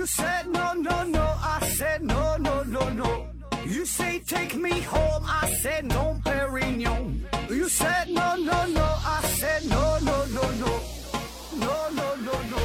said no, no, no, I said no, no, no, no. You say take me home, I said no, Perignon. You said no, no, no, I said no, no, no, no. No, no, no, no.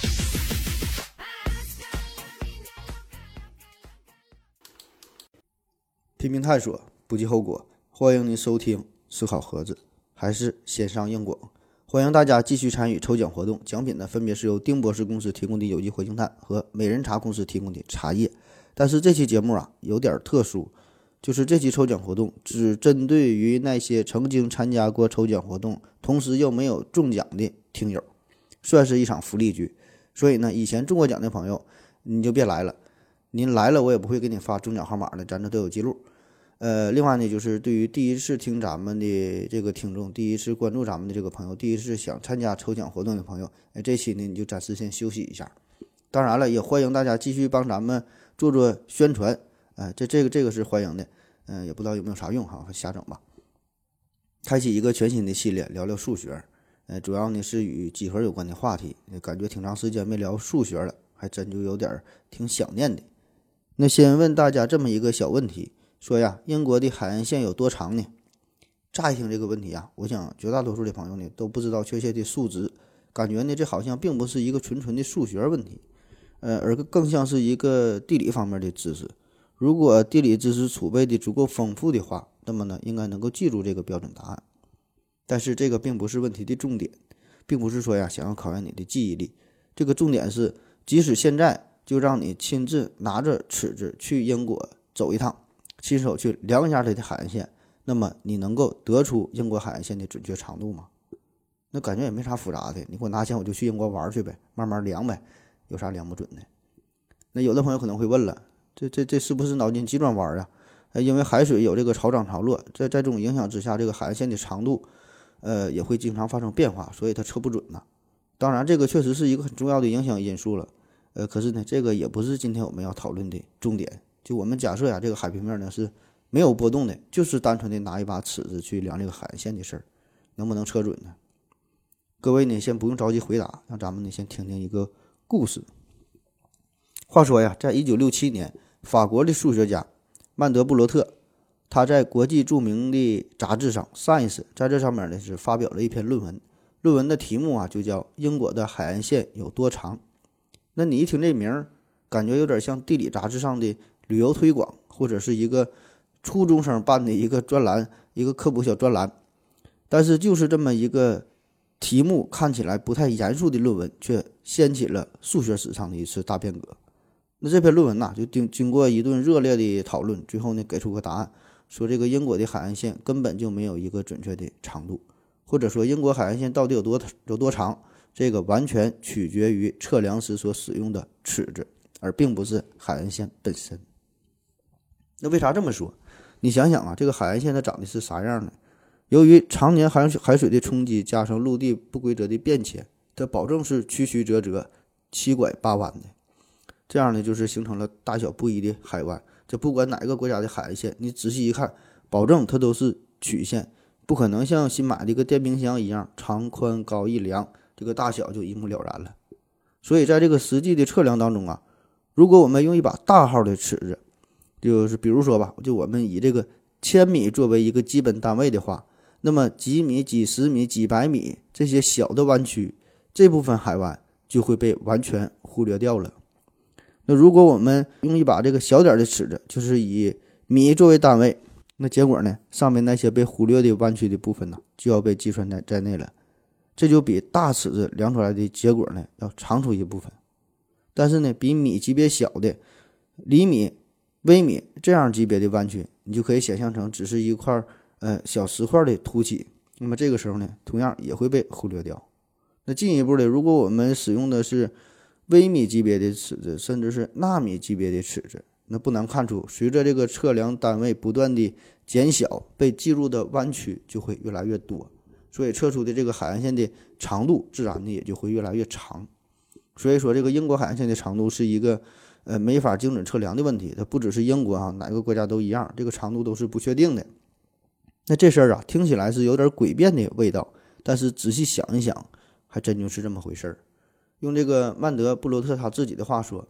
拼命探索，不计后果。欢迎您收听思考盒子，还是先上硬广。欢迎大家继续参与抽奖活动，奖品呢分别是由丁博士公司提供的有机活性炭和美人茶公司提供的茶叶。但是这期节目啊有点特殊，就是这期抽奖活动只针对于那些曾经参加过抽奖活动，同时又没有中奖的听友，算是一场福利局。所以呢，以前中过奖的朋友你就别来了，您来了我也不会给你发中奖号码的，咱这都有记录。另外呢，就是对于第一次听咱们的这个听众，第一次关注咱们的这个朋友，第一次想参加抽奖活动的朋友，这期呢你就暂时先休息一下。当然了，也欢迎大家继续帮咱们做做宣传，这个是欢迎的，也不知道有没有啥用哈，瞎整吧。开启一个全新的系列，聊聊数学，主要呢是与几何有关的话题，感觉挺长时间没聊数学了，还真就有点挺想念的。那先问大家这么一个小问题。说呀，英国的海岸线有多长呢？乍一听这个问题啊，我想绝大多数的朋友呢都不知道确切的数值，感觉呢这好像并不是一个纯纯的数学问题，而更像是一个地理方面的知识。如果地理知识储备的足够丰富的话，那么呢应该能够记住这个标准答案。但是这个并不是问题的重点，并不是说呀想要考验你的记忆力，这个重点是，即使现在就让你亲自拿着尺子去英国走一趟，亲手去量一下它的海岸线，那么你能够得出英国海岸线的准确长度吗？那感觉也没啥复杂的，你给我拿钱我就去英国玩去呗，慢慢量呗，有啥量不准的？那有的朋友可能会问了，这是不是脑筋急转弯啊？因为海水有这个潮涨潮落，在这种影响之下，这个海岸线的长度也会经常发生变化，所以它测不准呢。当然这个确实是一个很重要的影响因素了，可是呢这个也不是今天我们要讨论的重点。就我们假设呀，这个海平面呢是没有波动的，就是单纯的拿一把尺子去量这个海岸线的事儿，能不能测准呢？各位呢先不用着急回答，让咱们呢先听听一个故事。话说呀，在1967年，法国的数学家曼德布罗特，他在国际著名的杂志上 Science 在这上面呢是发表了一篇论文，论文的题目啊就叫英国的海岸线有多长。那你一听这名儿，感觉有点像地理杂志上的旅游推广，或者是一个初中生办的一个专栏，一个科普小专栏。但是就是这么一个题目看起来不太严肃的论文，却掀起了数学史上的一次大变革。那这篇论文就经过一顿热烈的讨论，最后呢给出个答案，说这个英国的海岸线根本就没有一个准确的长度，或者说英国海岸线到底有多长，这个完全取决于测量时所使用的尺子，而并不是海岸线本身。那为啥这么说？你想想啊，这个海岸线它长得是啥样呢？由于常年海水的冲击加上陆地不规则的变迁，它保证是曲曲折折、七拐八弯的。这样呢，就是形成了大小不一的海湾。这不管哪个国家的海岸线，你仔细一看，保证它都是曲线，不可能像新买的一个电冰箱一样，长宽高一量，这个大小就一目了然了。所以在这个实际的测量当中啊，如果我们用一把大号的尺子，就是比如说吧，就我们以这个千米作为一个基本单位的话，那么几米、几十米、几百米这些小的湾区，这部分海湾就会被完全忽略掉了。那如果我们用一把这个小点的尺子，就是以米作为单位，那结果呢，上面那些被忽略的湾区的部分呢，就要被计算在内了。这就比大尺子量出来的结果呢要长出一部分。但是呢，比米级别小的厘米、微米这样级别的湾区，你就可以想象成只是一块小石块的凸起，那么这个时候呢，同样也会被忽略掉。那进一步的，如果我们使用的是微米级别的尺子，甚至是纳米级别的尺子，那不难看出，随着这个测量单位不断的减小，被记录的湾区就会越来越多，所以测出的这个海岸线的长度自然的也就会越来越长。所以说这个英国海岸线的长度是一个没法精准测量的问题，它不只是英国啊，哪个国家都一样，这个长度都是不确定的。那这事儿啊，听起来是有点诡辩的味道，但是仔细想一想，还真就是这么回事儿。用这个曼德布罗特他自己的话说，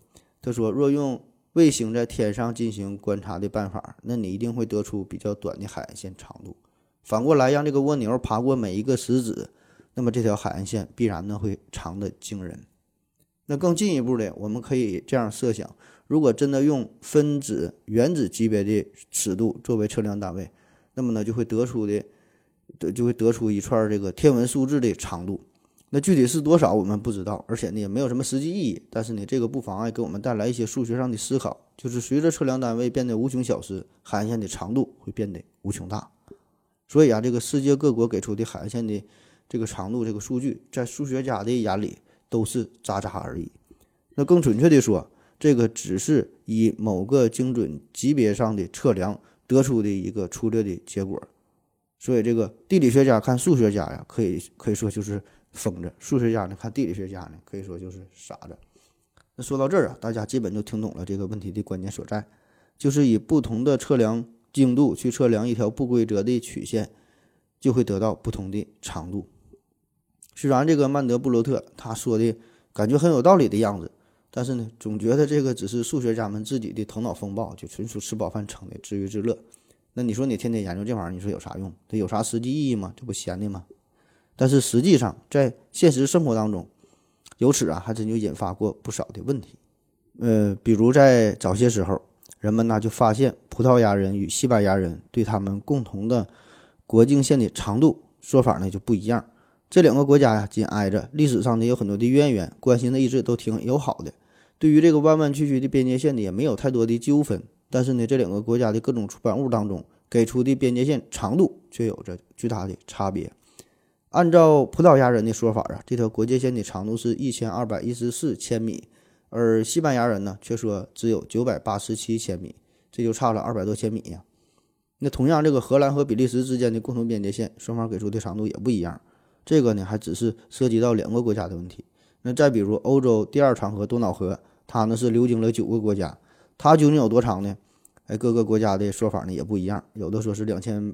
他说，若用卫星在天上进行观察的办法，那你一定会得出比较短的海岸线长度。反过来，让这个蜗牛爬过每一个石子，那么这条海岸线必然呢会长得惊人。那更进一步的，我们可以这样设想，如果真的用分子、原子级别的尺度作为测量单位，那么呢就会得出一串这个天文数字的长度。那具体是多少我们不知道，而且呢也没有什么实际意义，但是呢这个不妨碍给我们带来一些数学上的思考，就是随着测量单位变得无穷小时，海岸线的长度会变得无穷大。所以啊，这个世界各国给出的海岸线的这个长度这个数据，在数学家的眼里都是渣渣而已。那更准确的说，这个只是以某个精准级别上的测量得出的一个粗略的结果。所以这个地理学家看数学家呀，可以说就是疯子；数学家呢看地理学家呢，可以说就是傻子。那说到这儿啊，大家基本就听懂了这个问题的关键所在，就是以不同的测量精度去测量一条不规则的曲线，就会得到不同的长度。虽然这个曼德布罗特他说的感觉很有道理的样子，但是呢，总觉得这个只是数学家们自己的头脑风暴，就纯属吃饱饭撑的自娱自乐。那你说你天天研究这玩意儿，你说有啥用？它有啥实际意义吗？这不闲的吗？但是实际上在现实生活当中，由此啊还真就引发过不少的问题。比如在早些时候，人们呢就发现葡萄牙人与西班牙人对他们共同的国境线的长度说法呢就不一样。这两个国家呀紧挨着，历史上呢有很多的渊源，关系呢一直都挺友好的。对于这个弯弯曲曲的边界线呢也没有太多的纠纷，但是呢这两个国家的各种出版物当中给出的边界线长度却有着巨大的差别。按照葡萄牙人的说法啊，这条国界线的长度是1214千米，而西班牙人呢却说只有987千米，这就差了200多千米呀。那同样，这个荷兰和比利时之间的共同边界线，双方给出的长度也不一样。这个呢还只是涉及到两个国家的问题。那再比如欧洲第二长河多瑙河，它呢是流经了9个国家，它究竟有多长呢？各个国家的说法呢也不一样，有的说是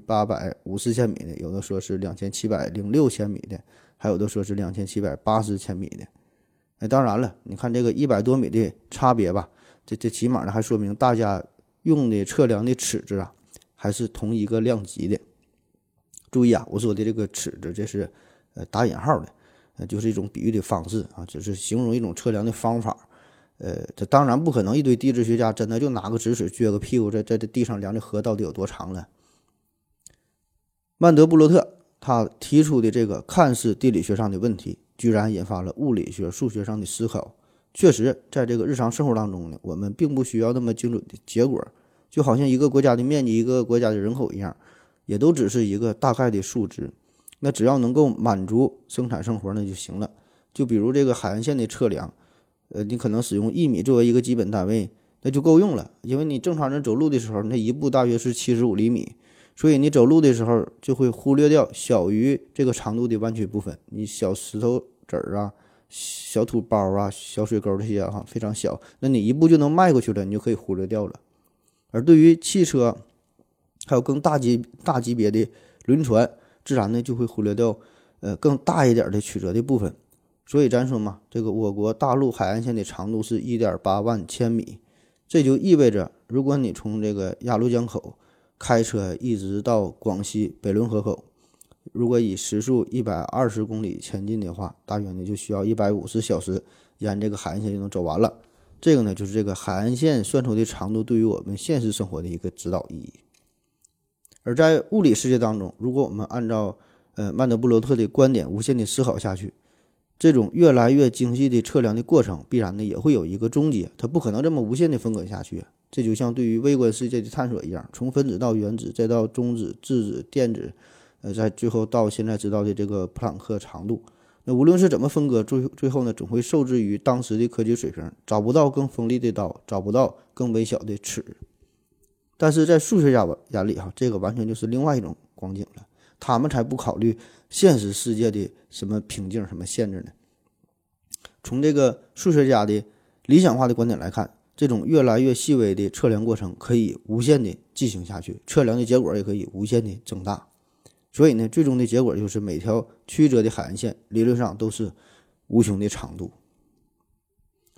2850千米的，有的说是2706千米的，还有的说是2780千米的。当然了，你看这个100多米的差别吧，这起码呢还说明大家用的测量的尺子啊还是同一个量级的。注意啊，我说的这个尺子这是打引号的，就是一种比喻的方式啊，只是形容一种测量的方法。这当然不可能一堆地质学家真的就拿个直尺撅个屁股在这地上量这河到底有多长了。曼德布罗特他提出的这个看似地理学上的问题，居然引发了物理学、数学上的思考。确实，在这个日常生活当中呢，我们并不需要那么精准的结果，就好像一个国家的面积、一个国家的人口一样，也都只是一个大概的数值。那只要能够满足生产生活那就行了。就比如这个海岸线的测量，你可能使用1米作为一个基本单位，那就够用了。因为你正常人走路的时候，那一步大约是75厘米，所以你走路的时候就会忽略掉小于这个长度的弯曲部分。你小石头子儿啊、小土包啊、小水沟这些啊，非常小，那你一步就能迈过去了，你就可以忽略掉了。而对于汽车，还有更大级别的轮船，自然呢就会忽略掉更大一点的曲折的部分。所以咱说嘛，这个我国大陆海岸线的长度是1.8万千米，这就意味着，如果你从这个鸭绿江口开车一直到广西北仑河口，如果以时速120公里前进的话，大约呢就需要150小时，沿这个海岸线就能走完了。这个呢就是这个海岸线算出的长度对于我们现实生活的一个指导意义。而在物理世界当中，如果我们按照曼德布罗特的观点无限的思考下去，这种越来越精细的测量的过程必然呢也会有一个终结，它不可能这么无限的分割下去。这就像对于微观世界的探索一样，从分子到原子，再到中子、质子、电子，再最后到现在知道的这个普朗克长度。那无论是怎么分割，最后呢总会受制于当时的科技水平，找不到更锋利的刀，找不到更微小的尺。但是在数学家眼里这个完全就是另外一种光景了，他们才不考虑现实世界的什么瓶颈、什么限制呢？从这个数学家的理想化的观点来看，这种越来越细微的测量过程可以无限的进行下去，测量的结果也可以无限的增大。所以呢，最终的结果就是每条曲折的海岸线理论上都是无穷的长度。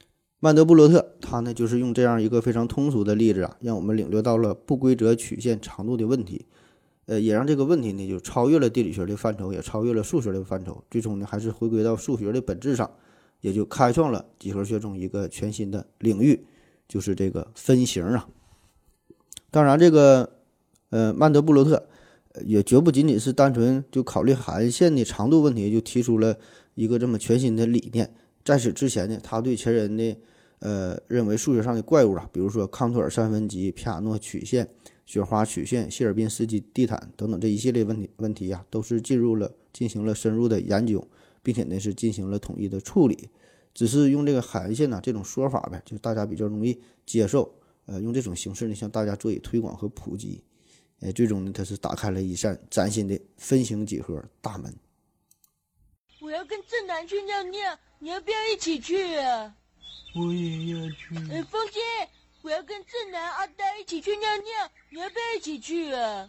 曼德布罗特他呢就是用这样一个非常通俗的例子啊，让我们领略到了不规则曲线长度的问题，也让这个问题呢就超越了地理学的范畴，也超越了数学的范畴，最终呢还是回归到数学的本质上，也就开创了几何学中一个全新的领域，就是这个分形啊。当然，这个曼德布罗特也绝不仅仅是单纯就考虑海岸线的长度问题，就提出了一个这么全新的理念。在此之前呢，他对前人的认为数学上的怪物啊，比如说康托尔三分极、皮亚诺曲线、雪花曲线、谢尔宾斯基地毯等等这一系列问题啊，都是进行了深入的研究，并且呢是进行了统一的处理。只是用这个海岸线呢这种说法呗，就大家比较容易接受。用这种形式呢向大家做以推广和普及。最终呢它是打开了一扇崭新的分形几何大门。 我要跟正南去尿尿，你要不要一起去啊？ 我也要去。 风姐，我要跟正南、阿呆一起去尿尿，你要不要一起去啊？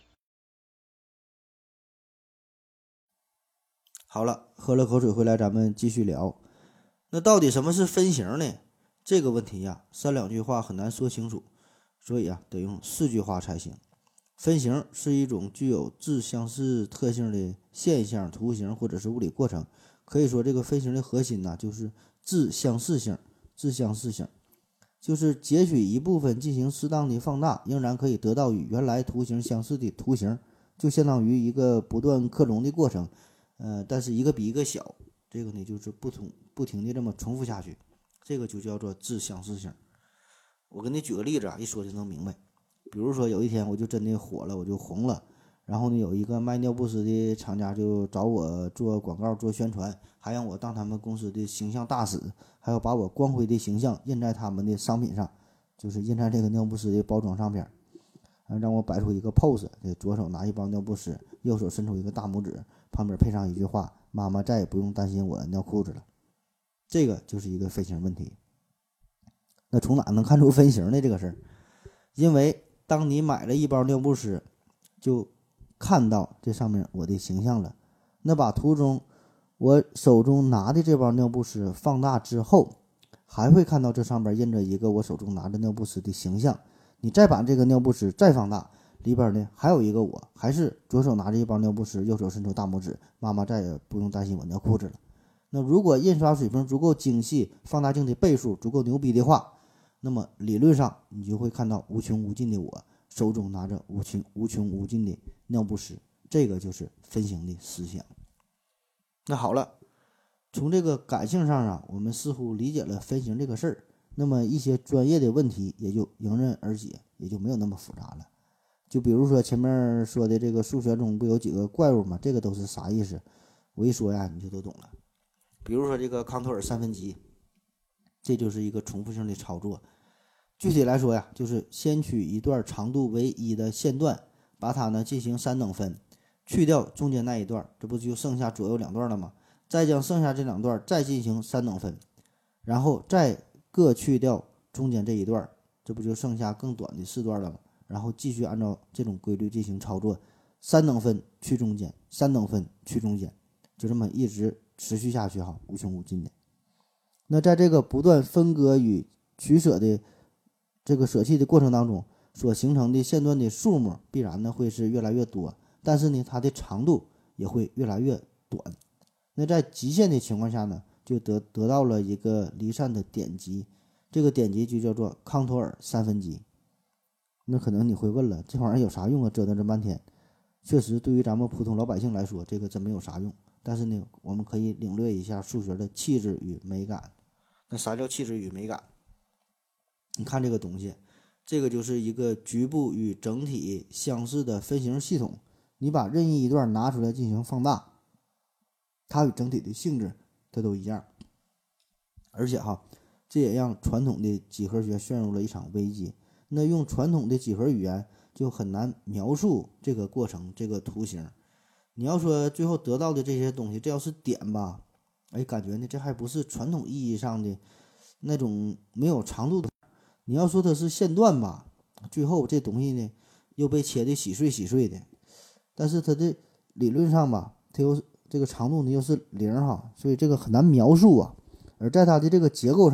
好了，喝了口水回来，咱们继续聊。那到底什么是分形呢？这个问题呀，三两句话很难说清楚，所以啊，得用4句话才行。分形是一种具有质相似特性的现象、图形或者是物理过程。可以说，这个分形的核心呢，就是质相似性。质相似性就是截取一部分进行适当的放大，仍然可以得到与原来图形相似的图形，就相当于一个不断克隆的过程。但是一个比一个小，这个呢就是不停的这么重复下去，这个就叫做质相似性。我给你举个例子啊，一说就能明白。比如说有一天我就真的火了，我就红了，然后呢有一个卖尿不湿的厂家就找我做广告做宣传，还让我当他们公司的形象大使，还要把我光辉的形象印在他们的商品上，就是印在这个尿不湿的包装上边，让我摆出一个 pose， 左手拿一包尿不湿，右手伸出一个大拇指，旁边配上一句话：妈妈再也不用担心我尿裤子了。这个就是一个分形问题。那从哪能看出分形的这个事儿？因为当你买了一包尿不湿，就看到这上面我的形象了。那把图中我手中拿的这包尿不湿放大之后，还会看到这上边印着一个我手中拿着尿不湿的形象。你再把这个尿不湿再放大，里边呢还有一个我，还是左手拿着一包尿不湿，右手伸出大拇指，妈妈再也不用担心我尿裤子了。那如果印刷水平足够精细，放大镜的倍数足够牛逼的话，那么理论上你就会看到无穷无尽的我手中拿着无穷无尽的尿不湿，这个就是分形的思想。那好了，从这个感性上啊，我们似乎理解了分形这个事儿，那么一些专业的问题也就迎刃而解，也就没有那么复杂了。就比如说前面说的这个数学中不有几个怪物吗？这个都是啥意思？我一说呀，你就都懂了。比如说这个康托尔三分极，这就是一个重复性的操作。具体来说呀，就是先取一段长度为1的线段，把它呢进行3等分，去掉中间那一段，这不就剩下左右2段了吗？再将剩下这2段再进行3等分，然后再各去掉中间这一段，这不就剩下更短的4段了吗？然后继续按照这种规律进行操作，3等分去中间，3等分去中间，就这么一直持续下去哈，无穷无尽的。那在这个不断分割与取舍的这个舍弃的过程当中，所形成的线段的数目必然呢会是越来越多，但是呢它的长度也会越来越短。那在极限的情况下呢，就得到了一个离散的点极，这个点极就叫做康托尔三分极。那可能你会问了，这玩意儿有啥用啊？折腾这半天。确实对于咱们普通老百姓来说，这个真没有啥用，但是呢我们可以领略一下数学的气质与美感。那啥叫气质与美感？你看这个东西，这个就是一个局部与整体相似的分形系统，你把任意一段拿出来进行放大，它与整体的性质它都一样。而且这也让传统的几何学陷入了一场危机。那用传统的几何语言就很难描述这个过程，这个图形。你要说最后得到的这些东西，这要是点吧，感觉呢这还不是传统意义上的那种没有长度的。你要说它是线段吧，最后这东西呢又被切得稀碎的，但是它的理论上吧，它又这个长度呢又是0所以这个很难描述啊。而在它的这个结构上，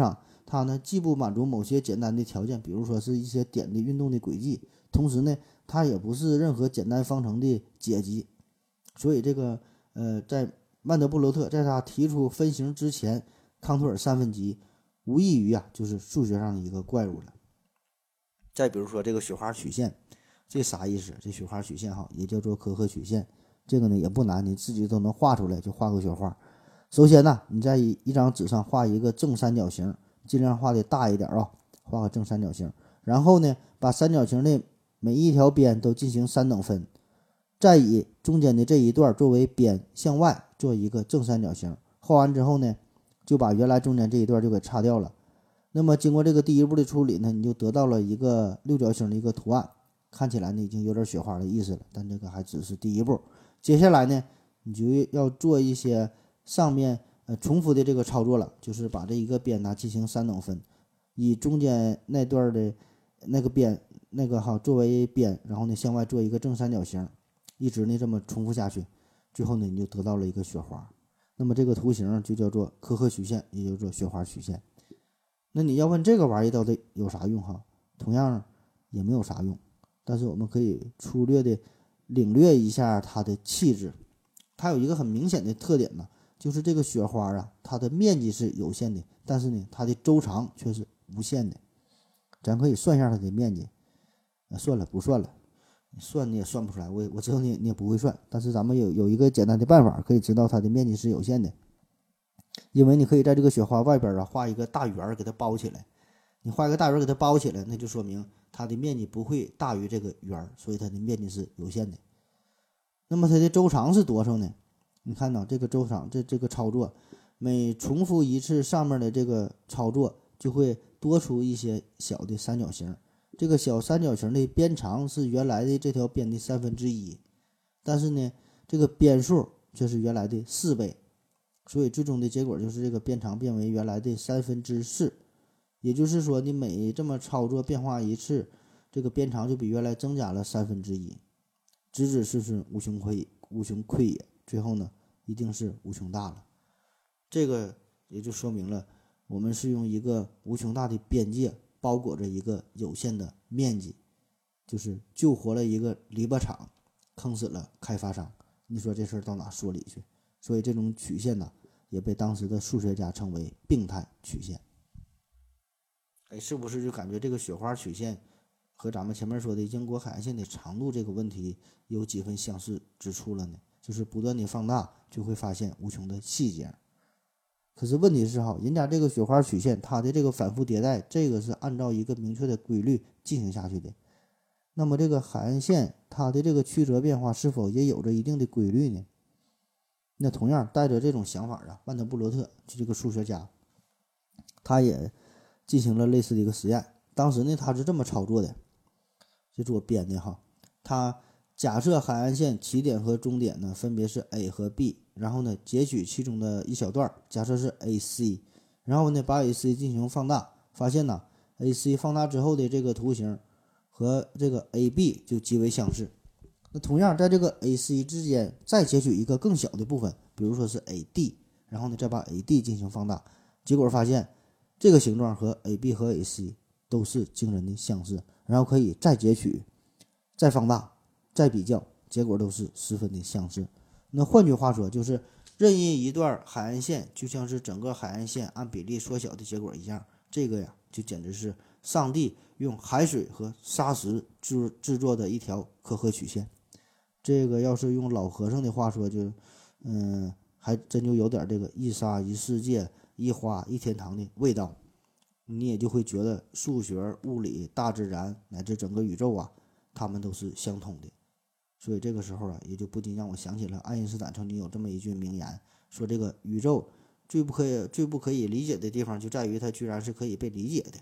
它呢既不满足某些简单的条件，比如说是一些点的运动的轨迹，同时呢它也不是任何简单方程的解集。所以这个在曼德布罗特在他提出分形之前，康托尔三分极无异于就是数学上的一个怪物了。再比如说这个雪花曲线，这啥意思？这雪花曲线也叫做科赫曲线，这个呢也不难，你自己都能画出来，就画个雪花。首先呢，你在一张纸上画一个正三角形，尽量画的大一点画个正三角形。然后呢，把三角形的每一条边都进行3等分，再以中间的这一段作为边向外做一个正三角形。画完之后呢，就把原来中间这一段就给擦掉了。那么经过这个第一步的处理呢，你就得到了一个六角形的一个图案，看起来呢已经有点雪花的意思了，但这个还只是第一步。接下来呢，你就要做一些上面重复的这个操作了，就是把这一个边进行3等分，以中间那段的那个边作为边，然后呢向外做一个正三角形，一直呢这么重复下去，最后呢你就得到了一个雪花。那么这个图形就叫做科赫曲线，也叫做雪花曲线。那你要问这个玩意到底有啥用同样也没有啥用，但是我们可以粗略的领略一下它的气质。它有一个很明显的特点呢，就是这个雪花它的面积是有限的，但是呢它的周长却是无限的。咱可以算一下它的面积，算了不算了，算你也算不出来，我知道你也不会算，但是咱们有一个简单的办法可以知道它的面积是有限的。因为你可以在这个雪花外边画一个大圆给它包起来，你画一个大圆给它包起来，那就说明它的面积不会大于这个圆，所以它的面积是有限的。那么它的周长是多少呢？你看到这个周长，这个操作每重复一次上面的这个操作，就会多出一些小的三角形。这个小三角形的边长是原来的这条边的1/3，但是呢这个边数却是原来的4倍，所以最终的结果就是这个边长变为原来的4/3。也就是说你每这么操作变化一次，这个边长就比原来增加了1/3，直至是无穷匮也，最后呢一定是无穷大了。这个也就说明了我们是用一个无穷大的边界包裹着一个有限的面积，就是救活了一个篱笆厂，坑死了开发商。你说这事儿到哪说理去？所以这种曲线也被当时的数学家称为病态曲线。是不是就感觉这个雪花曲线和咱们前面说的英国海岸线的长度这个问题有几分相似之处了呢？就是不断的放大就会发现无穷的细节。可是问题是人家这个雪花曲线它的这个反复迭代，这个是按照一个明确的规律进行下去的。那么这个海岸线它的这个曲折变化是否也有着一定的规律呢？那同样带着这种想法曼德布罗特就这个数学家，他也进行了类似的一个实验。当时呢他是这么操作的，这是我编的他假设海岸线起点和终点呢分别是 A 和 B， 然后呢截取其中的一小段，假设是 AC， 然后呢把 AC 进行放大，发现AC 放大之后的这个图形和这个 AB 就极为相似。那同样在这个 AC 之间再截取一个更小的部分，比如说是 AD， 然后呢再把 AD 进行放大，结果发现这个形状和 AB 和 AC 都是惊人的相似，然后可以再截取再放大再比较，结果都是十分的相似。那换句话说，就是任意一段海岸线就像是整个海岸线按比例缩小的结果一样，这个就简直是上帝用海水和砂石制作的一条科赫曲线。这个要是用老和尚的话说，就还真就有点这个一沙一世界，一花一天堂的味道。你也就会觉得数学、物理、大自然乃至整个宇宙它们都是相通的。所以这个时候也就不禁让我想起了爱因斯坦曾经有这么一句名言，说这个宇宙最不可以理解的地方就在于它居然是可以被理解的。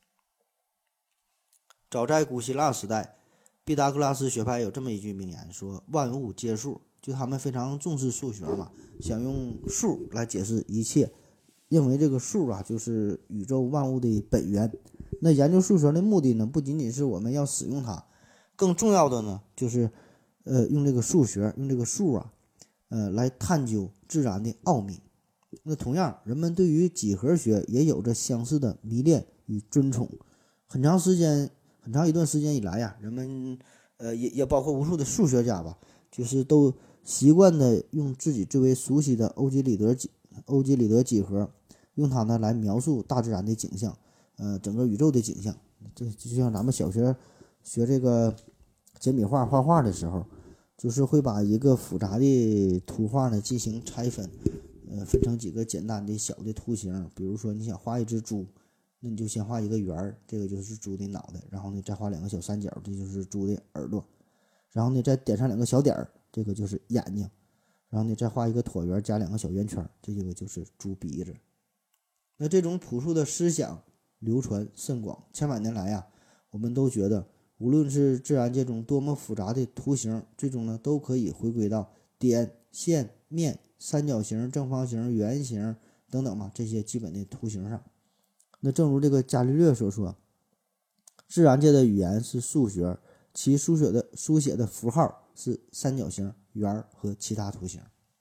早在古希腊时代，毕达哥拉斯学派有这么一句名言，说万物皆数，就他们非常重视数学嘛，想用数来解释一切，认为这个数就是宇宙万物的本源。那研究数学的目的呢，不仅仅是我们要使用它，更重要的呢就是用这个数学，用这个数来探究自然的奥秘。 那同样，人们对于几何学也有着相似的迷恋与尊崇。很长时间，很长一段时间以来呀，人们也包括无数的数学家吧，就是都习惯的用自己最为熟悉的欧几里得几何，用它呢来描述大自然的景象，整个宇宙的景象。这就像咱们小学学这个简笔画画画的时候，就是会把一个复杂的图画呢进行拆分，分成几个简单的小的图形。比如说你想画一只猪，那你就先画一个圆儿，这个就是猪的脑袋，然后呢再画两个小三角，这就是猪的耳朵，然后呢再点上两个小点儿，这个就是眼睛，然后呢再画一个椭圆加两个小圆圈，这个就是猪鼻子。那这种朴素的思想流传甚广，千百年来呀，我们都觉得无论是自然界中多么复杂的图形，最终呢都可以回归到点、线、面、三角形、正方形、圆形等等嘛这些基本的图形上。那正如这个伽利略所说，自然界的语言是数学，其书写的符号是三角形、圆和其他图形。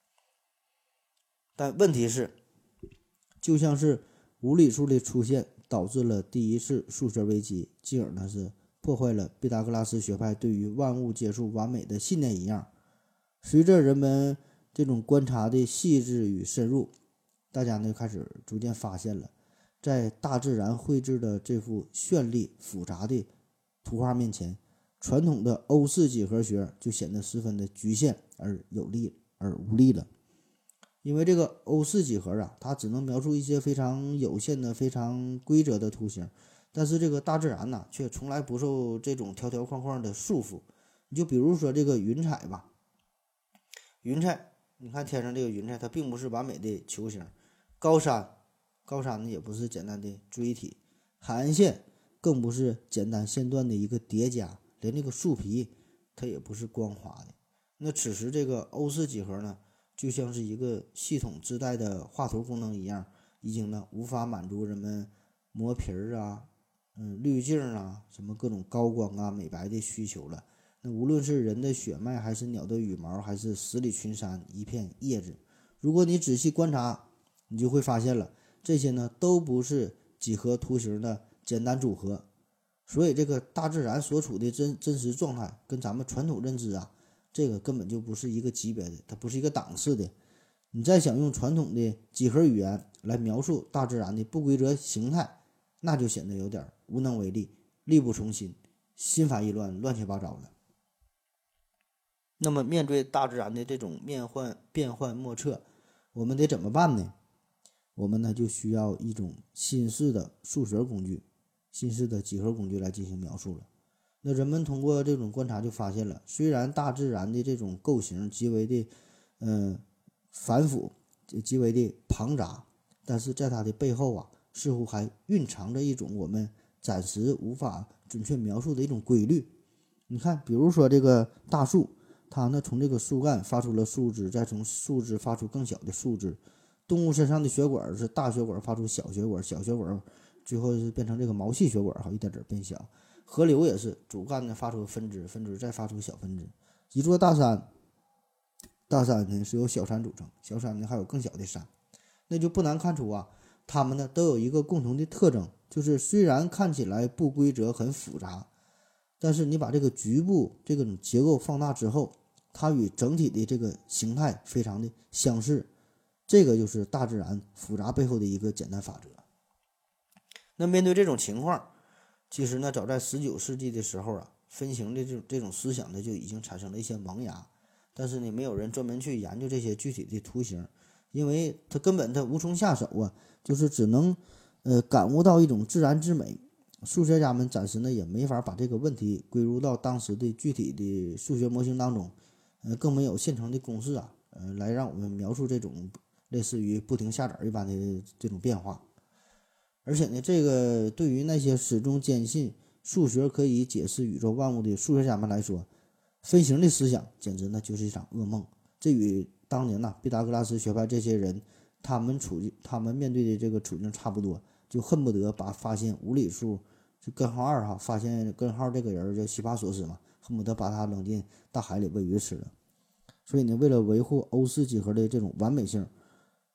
但问题是，就像是无理数的出现导致了第一次数学危机，进而呢是破坏了毕达哥拉斯学派对于万物皆数完美的信念一样，随着人们这种观察的细致与深入，大家呢开始逐渐发现了，在大自然绘制的这幅绚丽复杂的图画面前，传统的欧式几何学就显得十分的局限而无力了。因为这个欧式几何啊，它只能描述一些非常有限的、非常规则的图形，但是这个大自然呐，却从来不受这种条条框框的束缚。你就比如说这个云彩吧，云彩，你看天上这个云彩，它并不是完美的球形；高山呢也不是简单的锥体；海岸线更不是简单线段的一个叠加，连这个树皮它也不是光滑的。那此时这个欧式几何呢，就像是一个系统自带的画图功能一样，已经呢无法满足人们磨皮儿啊、滤镜啊、什么各种高光啊、美白的需求了。那无论是人的血脉，还是鸟的羽毛，还是十里群山一片叶子，如果你仔细观察，你就会发现了，这些呢都不是几何图形的简单组合。所以这个大自然所处的真实状态，跟咱们传统认知啊，这个根本就不是一个级别的，它不是一个档次的。你再想用传统的几何语言来描述大自然的不规则形态，那就显得有点无能为力，力不从心，心烦意乱，乱七八糟的。那么面对大自然的这种变幻莫测，我们得怎么办呢？我们呢就需要一种新式的数学工具，新式的几何工具来进行描述了。那人们通过这种观察就发现了，虽然大自然的这种构型极为的繁复，极为的庞杂，但是在它的背后啊，似乎还蕴藏着一种我们暂时无法准确描述的一种规律。你看，比如说这个大树，它呢从这个树干发出了树枝，再从树枝发出更小的树枝。动物身上的血管是大血管发出小血管，小血管最后是变成这个毛细血管，一点点变小。河流也是，主干呢发出分支，分支再发出小分支。一座大山呢是由小山组成，小山呢还有更小的山。那就不难看出啊，它们呢都有一个共同的特征，就是虽然看起来不规则很复杂，但是你把这个局部这种结构放大之后，它与整体的这个形态非常的相似。这个就是大自然复杂背后的一个简单法则。那面对这种情况，其实呢，早在19世纪的时候啊，分形的这种思想呢就已经产生了一些萌芽，但是呢，没有人专门去研究这些具体的图形，因为根本无从下手啊，就是只能感悟到一种自然之美。数学家们暂时呢也没法把这个问题归入到当时的具体的数学模型当中，更没有现成的公式啊，来让我们描述这种类似于不停下载一般的这种变化。而且呢，这个对于那些始终坚信数学可以解释宇宙万物的数学家们来说，分形的思想简直呢就是一场噩梦。这与当年毕达哥拉斯学派这些人他们面对的这个处境差不多，就恨不得把发现无理数就根号2发现根号这个人叫希帕索斯嘛，恨不得把他扔进大海里喂鱼吃了。所以呢，为了维护欧式几何的这种完美性，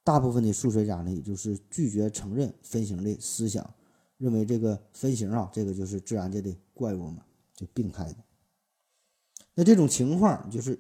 大部分的数学家呢，也就是拒绝承认分形的思想，认为这个分形啊，这个就是自然界的怪物嘛，就病态的。那这种情况就是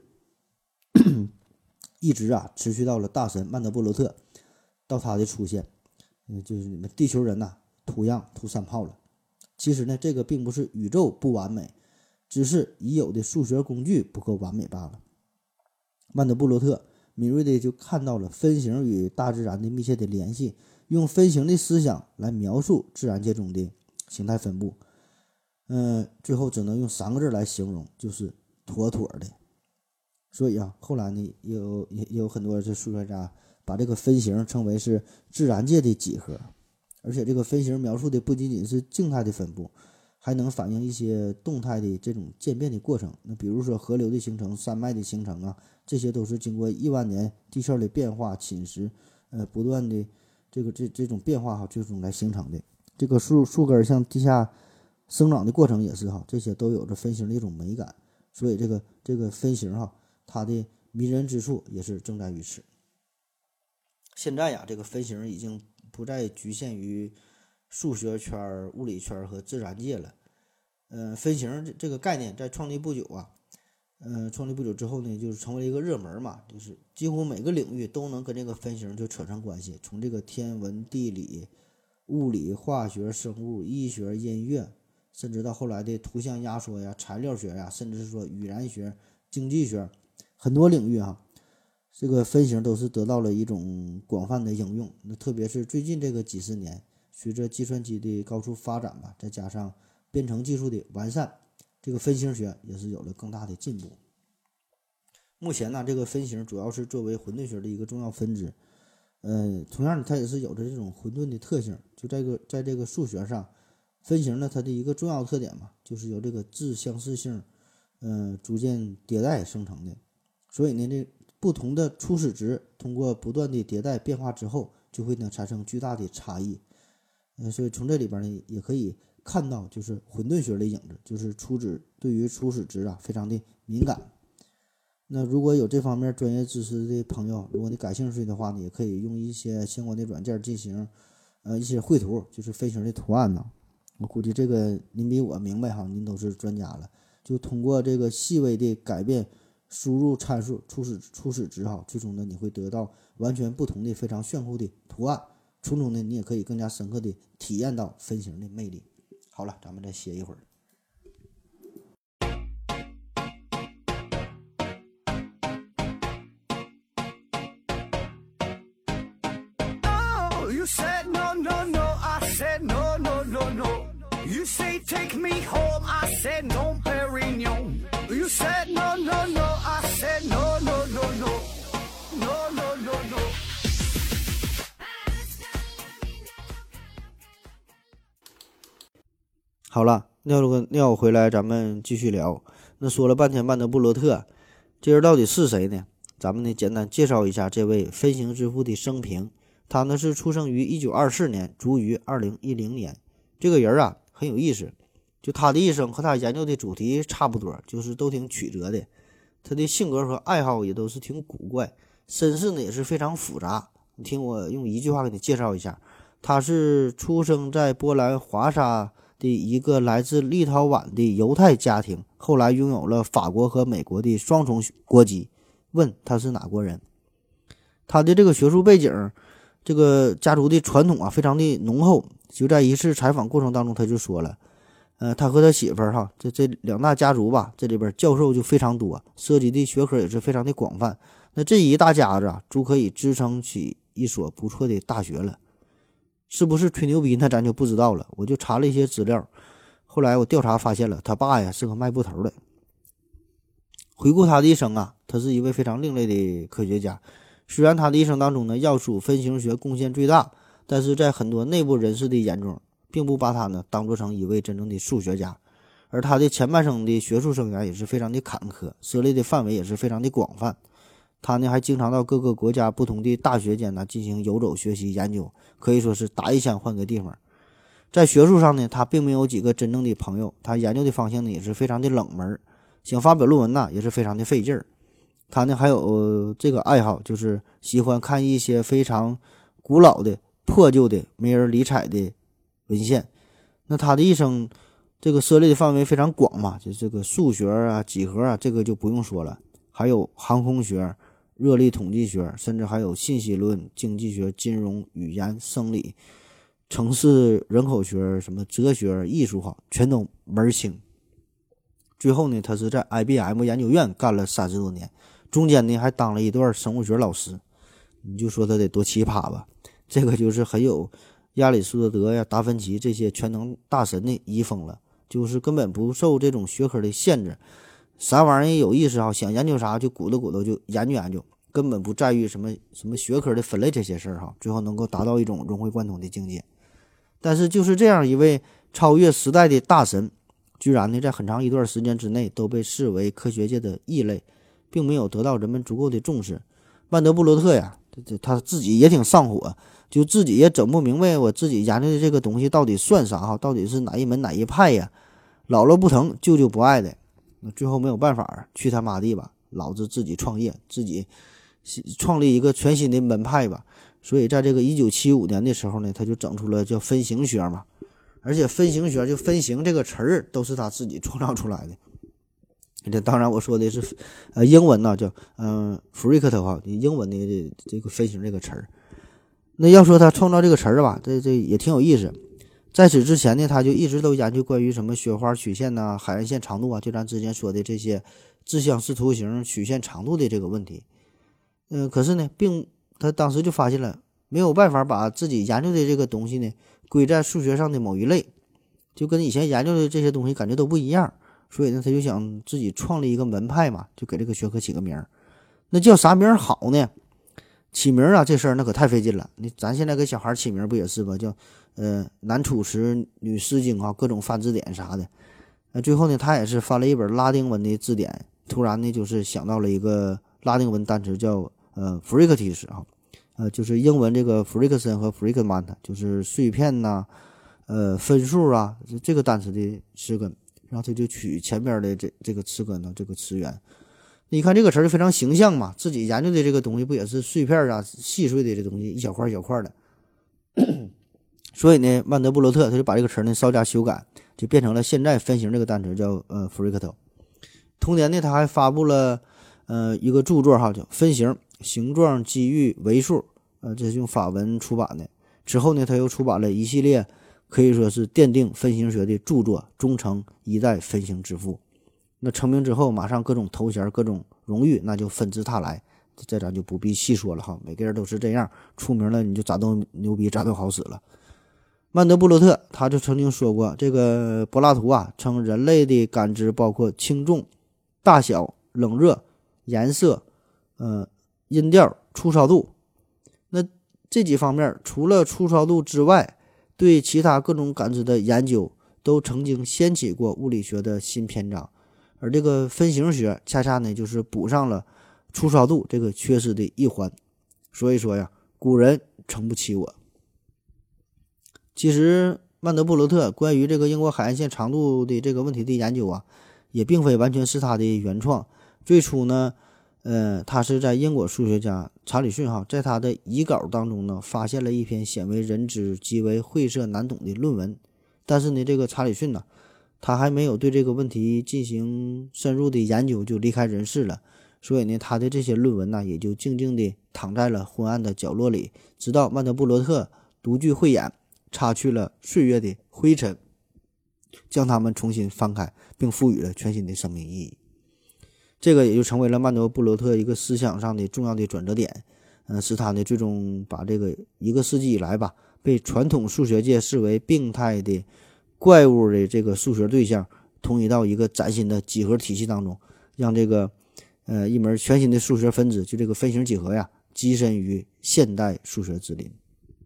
一直持续到了大神曼德布罗特，到他的出现，就是你们地球人图样吐三炮了。其实呢，这个并不是宇宙不完美，只是已有的数学工具不够完美罢了。曼德布罗特敏锐地就看到了分形与大自然的密切的联系，用分形的思想来描述自然界中的形态分布。最后只能用3个字来形容，就是妥妥的。所以后来呢，也有很多这数学家把这个分形称为是自然界的几何。而且这个分形描述的不仅仅是静态的分布，还能反映一些动态的这种渐变的过程。那比如说河流的形成、山脉的形成这些都是经过亿万年地壳的变化侵蚀，不断的这种变化最终来形成的。这个树根向地下生长的过程也是这些都有着分形的一种美感。所以这个分形它的迷人之处也是正在于此。现在这个分形已经不再局限于数学圈、物理圈和自然界了。分形这个概念在创立不久之后呢，就是成为一个热门嘛，就是几乎每个领域都能跟这个分形就扯上关系。从这个天文、地理、物理、化学、生物、医学、音乐，甚至到后来的图像压缩材料学甚至是说语言学、经济学，很多领域这个分形都是得到了一种广泛的应用。那特别是最近这个几十年，随着计算机的高速发展吧，再加上编程技术的完善，这个分形学也是有了更大的进步。目前这个分形主要是作为混沌学的一个重要分支。同样它也是有着这种混沌的特性。就在这个数学上，分形呢它的一个重要特点嘛，就是由这个质相似性逐渐迭代生成的。所以呢，这不同的初始值通过不断的迭代变化之后，就会产生巨大的差异。所以从这里边呢，也可以看到就是混沌学的影子，就是对于初始值非常的敏感。那如果有这方面专业知识的朋友，如果你感兴趣的话呢，也可以用一些相关的软件进行一些绘图，就是分形的图案我估计这个您比我明白您都是专家了。就通过这个细微的改变输入参数初始值最终呢你会得到完全不同的非常炫酷的图案，从中呢你也可以更加深刻的体验到分形的魅力。好了，咱们再歇一会儿。 You said no, no, no, I said no, no, no, no. You say take me home, I said no, Perignon. You said no, no, no, I said no, no, no, no. No, no, no, no. 好了，尿回来咱们继续聊。那说了半天曼德布罗特，这人到底是谁呢？咱们呢简单介绍一下这位分形之父的生平。他呢是出生于1924年，卒于2010年。这个人很有意思，就他的一生和他研究的主题差不多，就是都挺曲折的。他的性格和爱好也都是挺古怪，身世呢也是非常复杂。你听我用一句话给你介绍一下，他是出生在波兰华沙的一个来自立陶宛的犹太家庭，后来拥有了法国和美国的双重国籍。问他是哪国人？他的这个学术背景，这个家族的传统非常的浓厚。就在一次采访过程当中，他就说了，他和他媳妇儿这两大家族吧，这里边教授就非常多，涉及的学科也是非常的广泛。那这一大家子足可以支撑起一所不错的大学了。是不是吹牛逼那咱就不知道了。我就查了一些资料，后来我调查发现了，他爸是个卖布头的。回顾他的一生他是一位非常另类的科学家。虽然他的一生当中呢，要素分形学贡献最大，但是在很多内部人士的眼中，并不把他呢当作成一位真正的数学家。而他的前半生的学术生涯也是非常的坎坷，涉猎的范围也是非常的广泛。他呢还经常到各个国家不同的大学间进行游走学习研究，可以说是打一枪换个地方。在学术上呢，他并没有几个真正的朋友，他研究的方向呢也是非常的冷门，想发表论文也是非常的费劲儿。 他呢还有这个爱好，就是喜欢看一些非常古老的、破旧的、没人理睬的文献。那他的一生这个涉猎的范围非常广嘛，就这个数学啊、几何啊，这个就不用说了，还有航空学、热力统计学，甚至还有信息论、经济学、金融、语言、生理、城市人口学、什么哲学、艺术哈，全都门儿清。最后呢，他是在 IBM 研究院干了30多年，中间呢还当了一段生物学老师。你就说他得多奇葩吧？这个就是很有亚里士多德呀、达芬奇这些全能大神的遗风了，就是根本不受这种学科的限制，啥玩意儿有意思啊，想研究啥就鼓捣就研究研究，根本不在于什么学科的分类这些事儿哈，最后能够达到一种融会贯通的境界。但是就是这样一位超越时代的大神，居然呢在很长一段时间之内都被视为科学界的异类，并没有得到人们足够的重视。曼德布罗特呀，他自己也挺上火，就自己也整不明白我自己研究的这个东西到底算啥哈，到底是哪一门哪一派呀？姥姥不疼，舅舅不爱的，那最后没有办法，去他妈地吧，老子自己创业，自己创立一个全新的门派吧。所以在这个1975年的时候呢，他就整出了叫分形学嘛，而且分形学就分形这个词儿都是他自己创造出来的。这当然我说的是英文呢，叫freak 哈，英文的这个分形这个词儿。那要说他创造这个词儿吧，这也挺有意思。在此之前呢，他就一直都研究关于什么雪花曲线呐、海岸线长度啊，就咱之前说的这些自相似图形曲线长度的这个问题。可是呢，他当时就发现了没有办法把自己研究的这个东西呢归在数学上的某一类，就跟以前研究的这些东西感觉都不一样。所以呢，他就想自己创立一个门派嘛，就给这个学科起个名儿。那叫啥名儿好呢？起名啊，这事儿那可太费劲了。咱现在给小孩起名不也是吧？叫男楚辞、女诗经啊，各种翻字典啥的。最后呢，他也是翻了一本拉丁文的字典，突然呢就是想到了一个拉丁文单词叫fricatious 啊，就是英文这个 friction 和 fragment， 就是碎片呐、分数啊，这个单词的词根。然后他就取前边的这个词根呢，这个词源。你看这个词就非常形象嘛，自己研究的这个东西不也是碎片啊、细碎的这东西，一小块一小块的。所以呢，曼德布罗特他就把这个词呢稍加修改，就变成了现在分形这个单词叫frictal。同年呢，他还发布了一个著作哈，叫《分形、形状、机遇、维数》，这是用法文出版的。之后呢，他又出版了一系列可以说是奠定分形学的著作，终成一代分形之父。那成名之后，马上各种头衔、各种荣誉，那就纷至沓来，这咱就不必细说了哈。每个人都是这样，出名了你就咋都牛逼，咋都好使了。曼德布罗特他就曾经说过，这个柏拉图啊，称人类的感知包括轻重、大小、冷热、颜色、音调、粗糙度。那这几方面，除了粗糙度之外，对其他各种感知的研究都曾经掀起过物理学的新篇章，而这个分形学恰恰呢就是补上了粗糙度这个缺失的一环。所以说呀，古人诚不欺我。其实曼德布罗特关于这个英国海岸线长度的这个问题的研究啊，也并非完全是他的原创。最初呢他是在英国数学家查理逊在他的遗稿当中呢，发现了一篇鲜为人知、极为晦涩难懂的论文。但是呢，这个查理逊呢，他还没有对这个问题进行深入的研究就离开人世了。所以呢，他的这些论文呢，也就静静地躺在了昏暗的角落里，直到曼德布罗特独具慧眼，擦去了岁月的灰尘，将它们重新翻开，并赋予了全新的生命意义。这个也就成为了曼德布罗特一个思想上的重要的转折点，使他呢最终把这个1个世纪以来吧，被传统数学界视为病态的怪物的这个数学对象，统一到一个崭新的几何体系当中，让这个一门全新的数学分支，就这个分形几何呀，跻身于现代数学之林。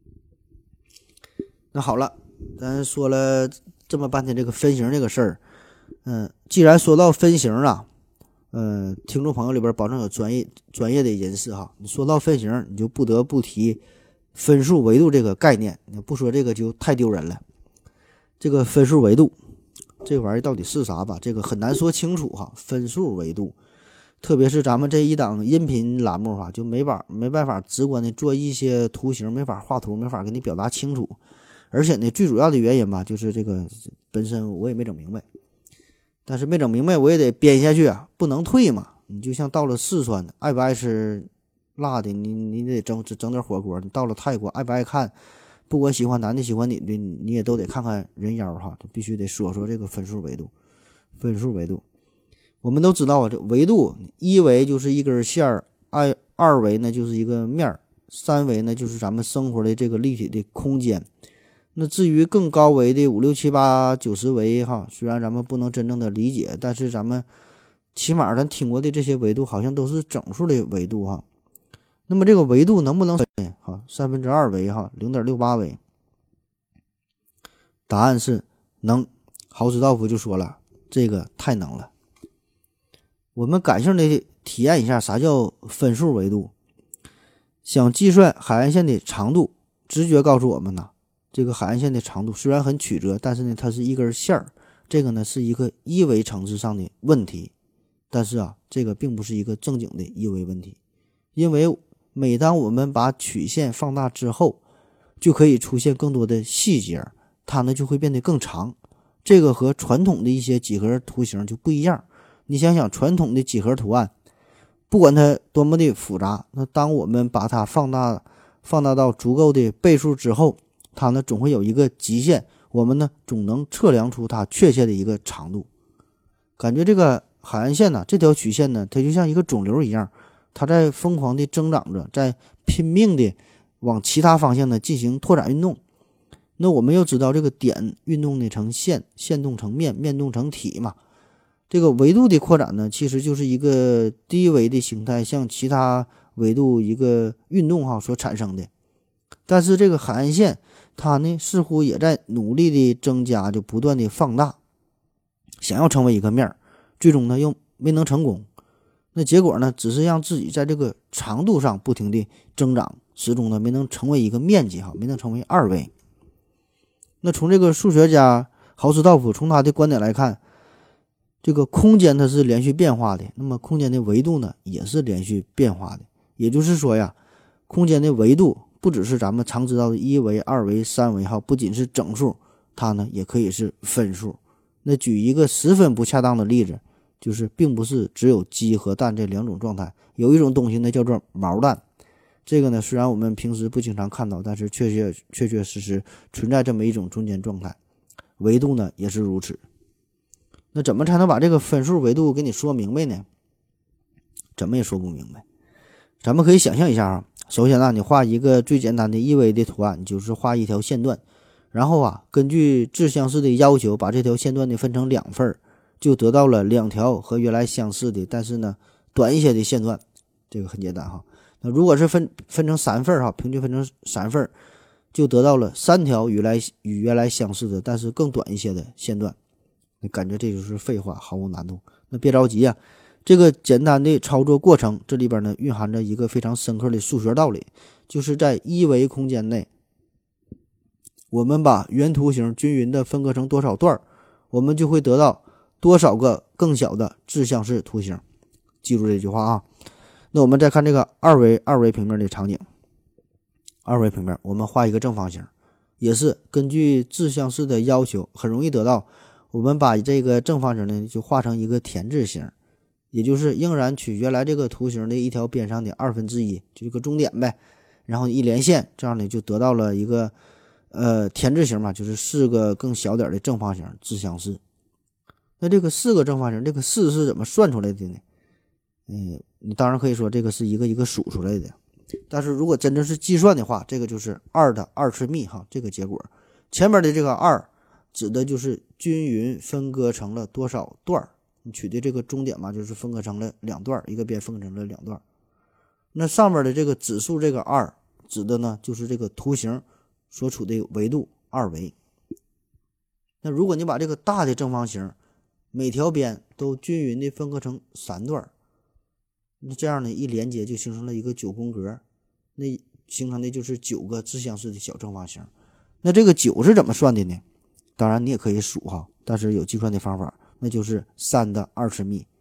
那好了，咱说了这么半天这个分形这个事儿，既然说到分形了，听众朋友里边保证有专业的人士哈，你说到分形，你就不得不提分数维度这个概念，你不说这个就太丢人了。这个分数维度这玩意儿到底是啥吧？这个很难说清楚哈。分数维度特别是咱们这一档音频栏目就没办法直观的做一些图形，没法画图，没法给你表达清楚。而且呢，最主要的原因就是这个本身我也没整明白，但是没整明白我也得编下去啊，不能退嘛。你就像到了四川，爱不爱吃辣的，你得整点火锅。你到了泰国，爱不爱看，不管喜欢男的喜欢女的，你也都得看看人妖就必须得说这个分数维度。我们都知道这维度，一维就是一根线儿，二维呢就是一个面儿，三维呢就是咱们生活的这个立体的空间。那至于更高维的5、6、7、8、9、10维虽然咱们不能真正的理解，但是咱们起码咱听过的这些维度好像都是整数的维度那么这个维度能不能分2/3维0.68维？答案是能。豪斯道夫就说了，这个太能了。我们感性的体验一下啥叫分数维度。想计算海岸线的长度，直觉告诉我们这个海岸线的长度虽然很曲折，但是呢它是一根线儿，这个呢是一个一维层次上的问题。但是这个并不是一个正经的一维问题，因为每当我们把曲线放大之后，就可以出现更多的细节，它呢就会变得更长。这个和传统的一些几何图形就不一样。你想想传统的几何图案，不管它多么的复杂，那当我们把它放大到足够的倍数之后，它呢总会有一个极限，我们呢总能测量出它确切的一个长度。感觉这个海岸线这条曲线呢，它就像一个肿瘤一样，它在疯狂的增长着，在拼命的往其他方向呢进行拓展运动。那我们又知道这个点运动成线，线动成面，面动成体嘛。这个维度的扩展呢，其实就是一个低维的形态向其他维度一个运动所产生的。但是这个海岸线它呢似乎也在努力的增加，就不断的放大，想要成为一个面，最终呢又没能成功。那结果呢只是让自己在这个长度上不停的增长，始终呢没能成为一个面积没能成为二维。那从这个数学家豪斯道夫从他的观点来看，这个空间它是连续变化的，那么空间的维度呢也是连续变化的。也就是说空间的维度不只是咱们常知道的一维、二维、三维不仅是整数，它呢也可以是分数。那举一个十分不恰当的例子，就是并不是只有鸡和蛋这两种状态，有一种东西呢叫做毛蛋。这个呢虽然我们平时不经常看到，但是确实存在这么一种中间状态，维度呢也是如此。那怎么才能把这个分数维度给你说明白呢？怎么也说不明白。咱们可以想象一下首先你画一个最简单的一维的图案，你就是画一条线段，然后根据质相似的要求把这条线段呢分成两份，就得到了两条和原来相似的但是呢短一些的线段。这个很简单那如果是分成三份平均分成三份，就得到了三条与原来相似的但是更短一些的线段。你感觉这就是废话，毫无难度。那别着急这个简单的操作过程，这里边呢蕴含着一个非常深刻的数学道理，就是在一维空间内，我们把原图形均匀的分割成多少段，我们就会得到多少个更小的质相似图形。记住这句话那我们再看这个二维平面的场景。二维平面我们画一个正方形，也是根据质相似的要求，很容易得到我们把这个正方形呢就画成一个田字形，也就是仍然取原来这个图形的一条边上的1/2，就一个中点呗，然后一连线，这样呢就得到了一个田字形嘛，就是4个更小点的正方形质相似。那这个4个正方形，这个4是怎么算出来的呢？你当然可以说这个是一个一个数出来的，但是如果真正是计算的话，这个就是2的2次幂这个结果。前面的这个2指的就是均匀分割成了多少段，你取的这个中点嘛，就是分割成了2段，一个边分割成了2段。那上面的这个指数这个2指的呢就是这个图形所处的维度2维。那如果你把这个大的正方形每条边都均匀的分割成3段，那这样呢一连接就形成了一个9宫格，那形成的就是9个质相似的小正方形。那这个9是怎么算的呢？当然你也可以数但是有计算的方法，那就是3的2次幂。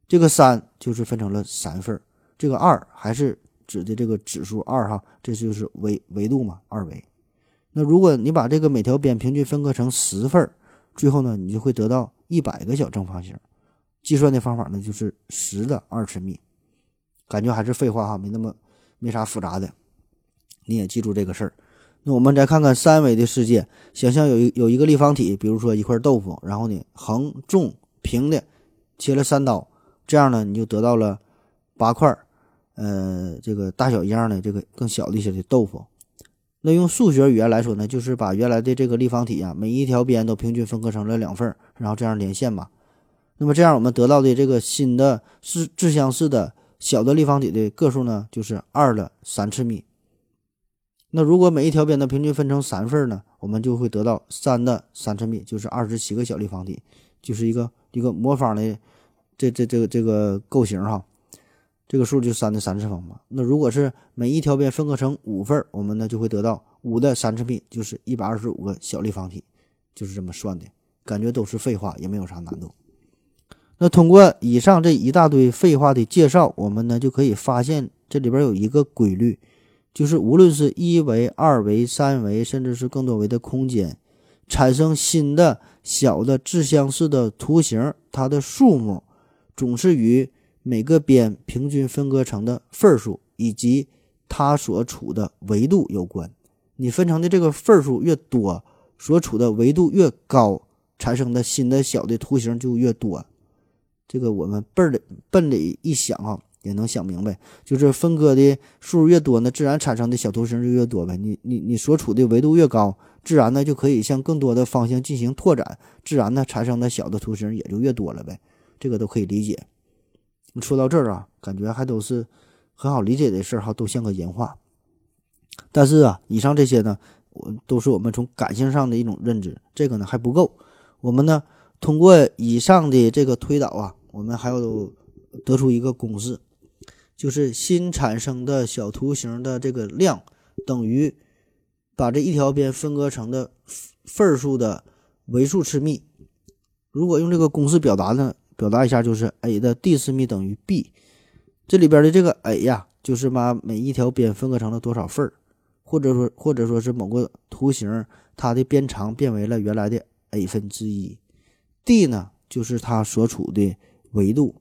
这个3就是分成了3份，这个2还是指的这个指数2哈，这就是维度嘛，2维。那如果你把这个每条边平均分割成10份，最后呢你就会得到100个小正方形。计算的方法呢就是10的2次幂。感觉还是废话哈，没啥复杂的，你也记住这个事儿。那我们再看看3维的世界，想象有一个立方体，比如说一块豆腐，然后呢横纵平的切了3刀，这样呢你就得到了8块这个大小一样的这个更小的一些的豆腐。那用数学语言来说呢，就是把原来的这个立方体啊，每一条边都平均分割成了2份，然后这样连线嘛。那么这样我们得到的这个新的自相似的小的立方体的个数呢，就是2的3次幂。那如果每一条边的平均分成3份呢，我们就会得到3的3次幂，就是27个小立方体，就是一个魔方的这个构型哈。这个数就3的3次方嘛。那如果是每一条边分割成5份，我们呢就会得到5的3次幂，就是125个小立方体，就是这么算的。感觉都是废话，也没有啥难度。那通过以上这一大堆废话的介绍，我们呢就可以发现这里边有一个规律，就是无论是1维、2维、3维，甚至是更多维的空间，产生新的小的自相似的图形，它的数目总是与每个边平均分割成的份数以及它所处的维度有关。你分成的这个份数越多，所处的维度越高，产生的新的小的图形就越多。这个我们笨的一想啊，也能想明白，就是分割的数越多呢，自然产生的小图形就越多呗。你所处的维度越高，自然呢就可以向更多的方向进行拓展，自然呢产生的小的图形也就越多了呗。这个都可以理解。说到这儿啊，感觉还都是很好理解的事儿哈，都像个人话。但是啊，以上这些呢，都是我们从感性上的一种认知，这个呢还不够。我们呢通过以上的这个推导啊，我们还要得出一个公式，就是新产生的小图形的这个量等于把这一条边分割成的份数的维数次幂。如果用这个公式表达一下，就是 a 的 d 次幂等于 b。这里边的这个 a 呀，就是把每一条边分割成了多少份，或者说是某个图形它的边长变为了原来的 a 分之一。d 呢就是它所处的维度，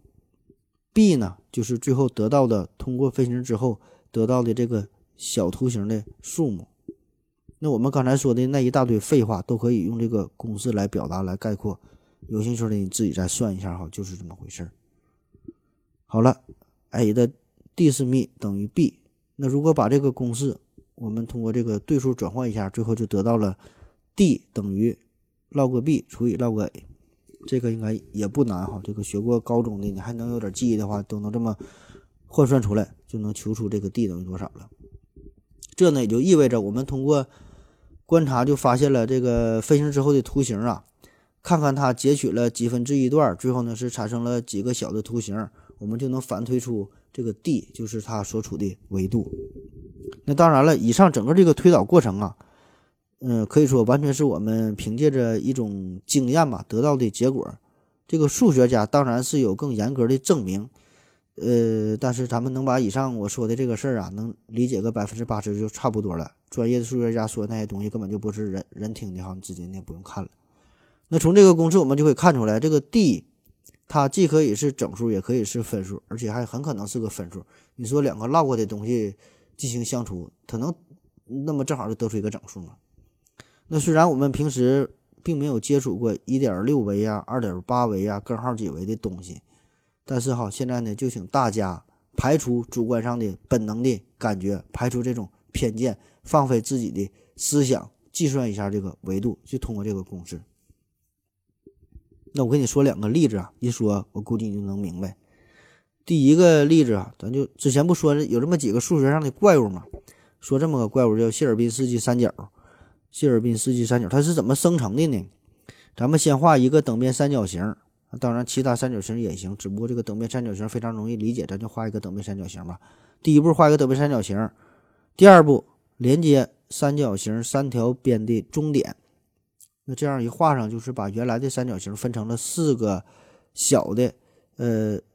b 呢就是最后得到的通过分形之后得到的这个小图形的数目。那我们刚才说的那一大堆废话都可以用这个公式来表达来概括，有兴趣的你自己再算一下哈，就是这么回事。好了， a 的 d 次幂等于 b。 那如果把这个公式我们通过这个对数转换一下，最后就得到了 d 等于 log b 除以 log a。这个应该也不难哈，这个学过高中的你还能有点记忆的话，都能这么换算出来，就能求出这个 d 等于多少了。这呢也就意味着我们通过观察就发现了这个分形之后的图形啊，看看它截取了几分之一段，最后呢是产生了几个小的图形，我们就能反推出这个 d 就是它所处的维度。那当然了，以上整个这个推导过程啊，可以说完全是我们凭借着一种经验吧得到的结果。这个数学家当然是有更严格的证明，但是咱们能把以上我说的这个事儿啊，能理解个80%就差不多了。专业的数学家说的那些东西根本就不是人听的哈，你自己也不用看了。那从这个公式我们就可以看出来，这个 d 它既可以是整数，也可以是分数，而且还很可能是个分数。你说两个log的东西进行相除，它能那么正好就得出一个整数吗？那虽然我们平时并没有接触过 1.6 维啊 2.8 维啊根号几维的东西，但是现在呢就请大家排除主观上的本能的感觉，排除这种偏见，放飞自己的思想，计算一下这个维度，就通过这个公式。那我跟你说两个例子啊，一说我估计你就能明白。第一个例子啊，咱就之前不说有这么几个数学上的怪物嘛，说这么个怪物叫谢尔宾斯基三角。谢尔宾斯基三角它是怎么生成的呢？咱们先画一个等边三角形，当然其他三角形也行，只不过这个等边三角形非常容易理解，咱就画一个等边三角形吧。第一步画一个等边三角形，第二步连接三角形三条边的中点。那这样一画上，就是把原来的三角形分成了4个小的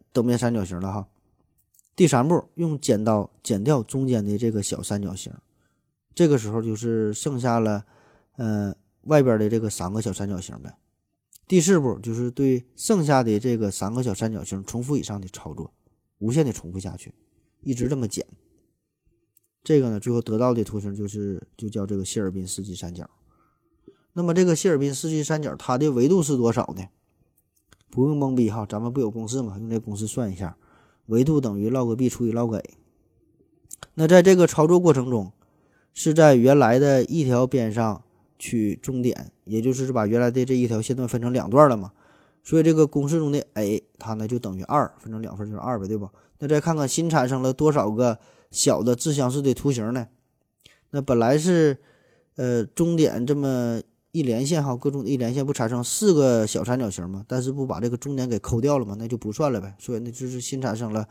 等边三角形了哈。第3步，用剪刀剪掉中间的这个小三角形，这个时候就是剩下了外边的这个3个小三角形呗。第4步就是对剩下的这个3个小三角形重复以上的操作，无限的重复下去，一直这么剪。这个呢，最后得到的图形就叫这个谢尔宾斯基三角。那么这个谢尔宾斯基三角它的维度是多少呢？不用懵逼哈，咱们不有公式吗？用这公式算一下，维度等于 log b 除以 log a。 那在这个操作过程中，是在原来的一条边上取中点，也就是把原来的这一条线段分成2段了嘛，所以这个公式中的 a 它呢就等于2，分成2份就是2呗，对吧？那再看看新产生了多少个小的自相似的图形呢？那本来是中点这么一连线哈，各种一连线不产生4个小三角形吗？但是不把这个中点给抠掉了吗？那就不算了呗。所以那就是新产生了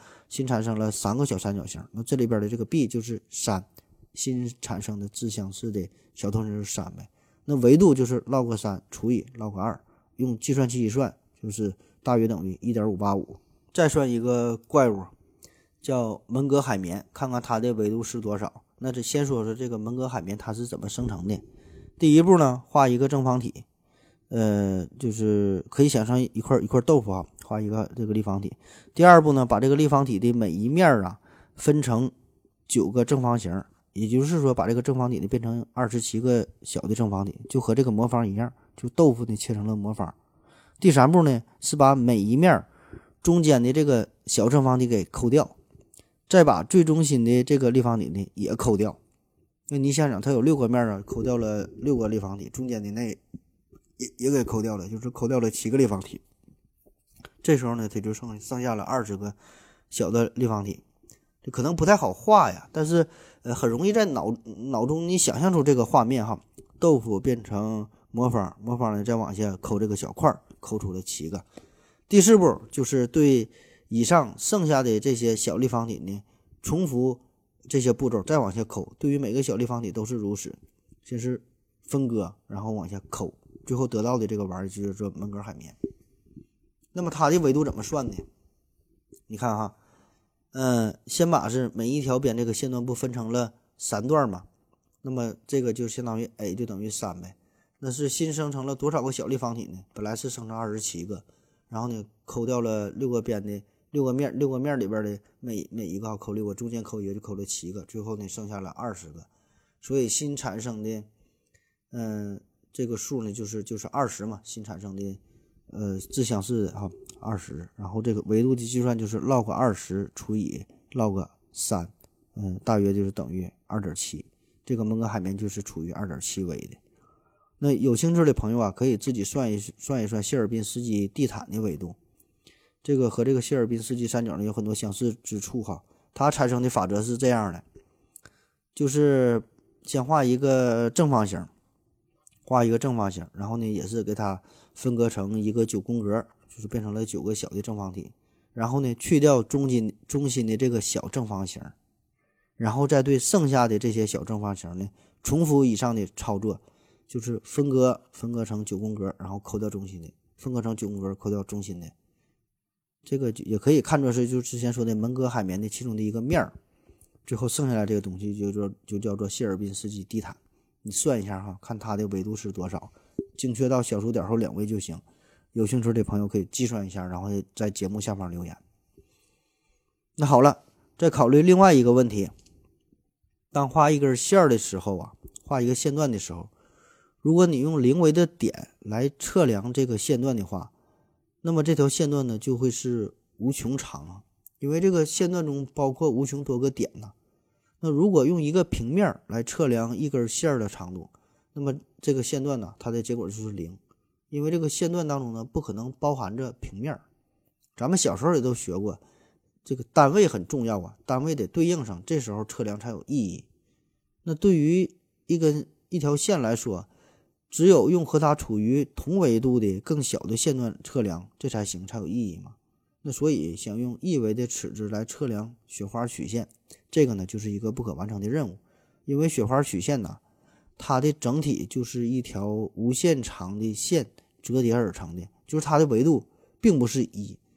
3个小三角形。那这里边的这个 b 就是3，新产生的自相似的小图形就是3呗。那维度就是 log 3除以 log 2，用计算器一算就是大约等于 1.585。再算一个怪物叫门格海绵，看看它的维度是多少。那这先说说这个门格海绵它是怎么生成的。第一步呢，画一个正方体，就是可以想象一块豆腐啊，画一个这个立方体。第二步呢，把这个立方体的每一面啊分成9个正方形，也就是说把这个正方体呢变成27个小的正方体，就和这个魔方一样，就豆腐呢切成了魔方。第3步呢，是把每一面中间的这个小正方体给抠掉，再把最中心的这个立方体呢也抠掉。那你想想，它有6个面啊，抠掉了6个立方体，中间的那也给抠掉了，就是抠掉了7个立方体。这时候呢，它就剩下了20个小的立方体。这可能不太好画呀，但是很容易在脑中你想象出这个画面哈。豆腐变成魔方，魔方呢再往下抠这个小块，抠出了7个。第4步就是对以上剩下的这些小立方体呢重复这些步骤，再往下抠，对于每个小立方体都是如此，先是分割，然后往下抠，最后得到的这个玩意儿就是说门格海绵。那么它的维度怎么算呢？你看哈，先把是每一条边这个线段不分成了3段嘛，那么这个就相当于 a 就等于3呗。那是新生成了多少个小立方体呢？本来是生成27个，然后呢抠掉了6个边的6个面里边的每一个抠6个，中间抠1个就抠了7个，最后呢剩下了20个。所以新产生的这个数呢就是20嘛，新产生的自相似的哈20，然后这个维度的计算就是 log 20除以 log 3，大约就是等于 2.7， 这个门格海绵就是处于 2.7 维的。那有兴趣的朋友啊，可以自己算一算谢尔宾斯基地毯的维度，这个和这个谢尔宾斯基三角呢有很多相似之处哈。它产生的法则是这样的，就是先画一个正方形，然后呢也是给它分割成一个9宫格，就是变成了9个小的正方体，然后呢去掉中心的这个小正方形，然后再对剩下的这些小正方形呢重复以上的操作，就是分割成9宫格，然后抠掉中心的，分割成9宫格，抠掉中心的。这个也可以看作是就之前说的门格海绵的其中的一个面儿，最后剩下来这个东西就叫做谢尔宾斯基地毯。你算一下哈，看它的维度是多少，精确到小数点后2位就行。有兴趣的朋友可以计算一下，然后在节目下方留言。那好了，再考虑另外一个问题，当画一根线的时候啊，画一个线段的时候，如果你用0维的点来测量这个线段的话，那么这条线段呢就会是无穷长啊，因为这个线段中包括无穷多个点呢。那如果用一个平面来测量一根线的长度，那么这个线段呢它的结果就是0，因为这个线段当中呢不可能包含着平面。咱们小时候也都学过，这个单位很重要啊，单位得对应上，这时候测量才有意义。那对于一条线来说，只有用和它处于同维度的更小的线段测量，这才行，才有意义嘛。那所以想用1维的尺子来测量雪花曲线，这个呢就是一个不可完成的任务。因为雪花曲线呢，它的整体就是一条无限长的线折叠而成的，就是它的维度并不是1，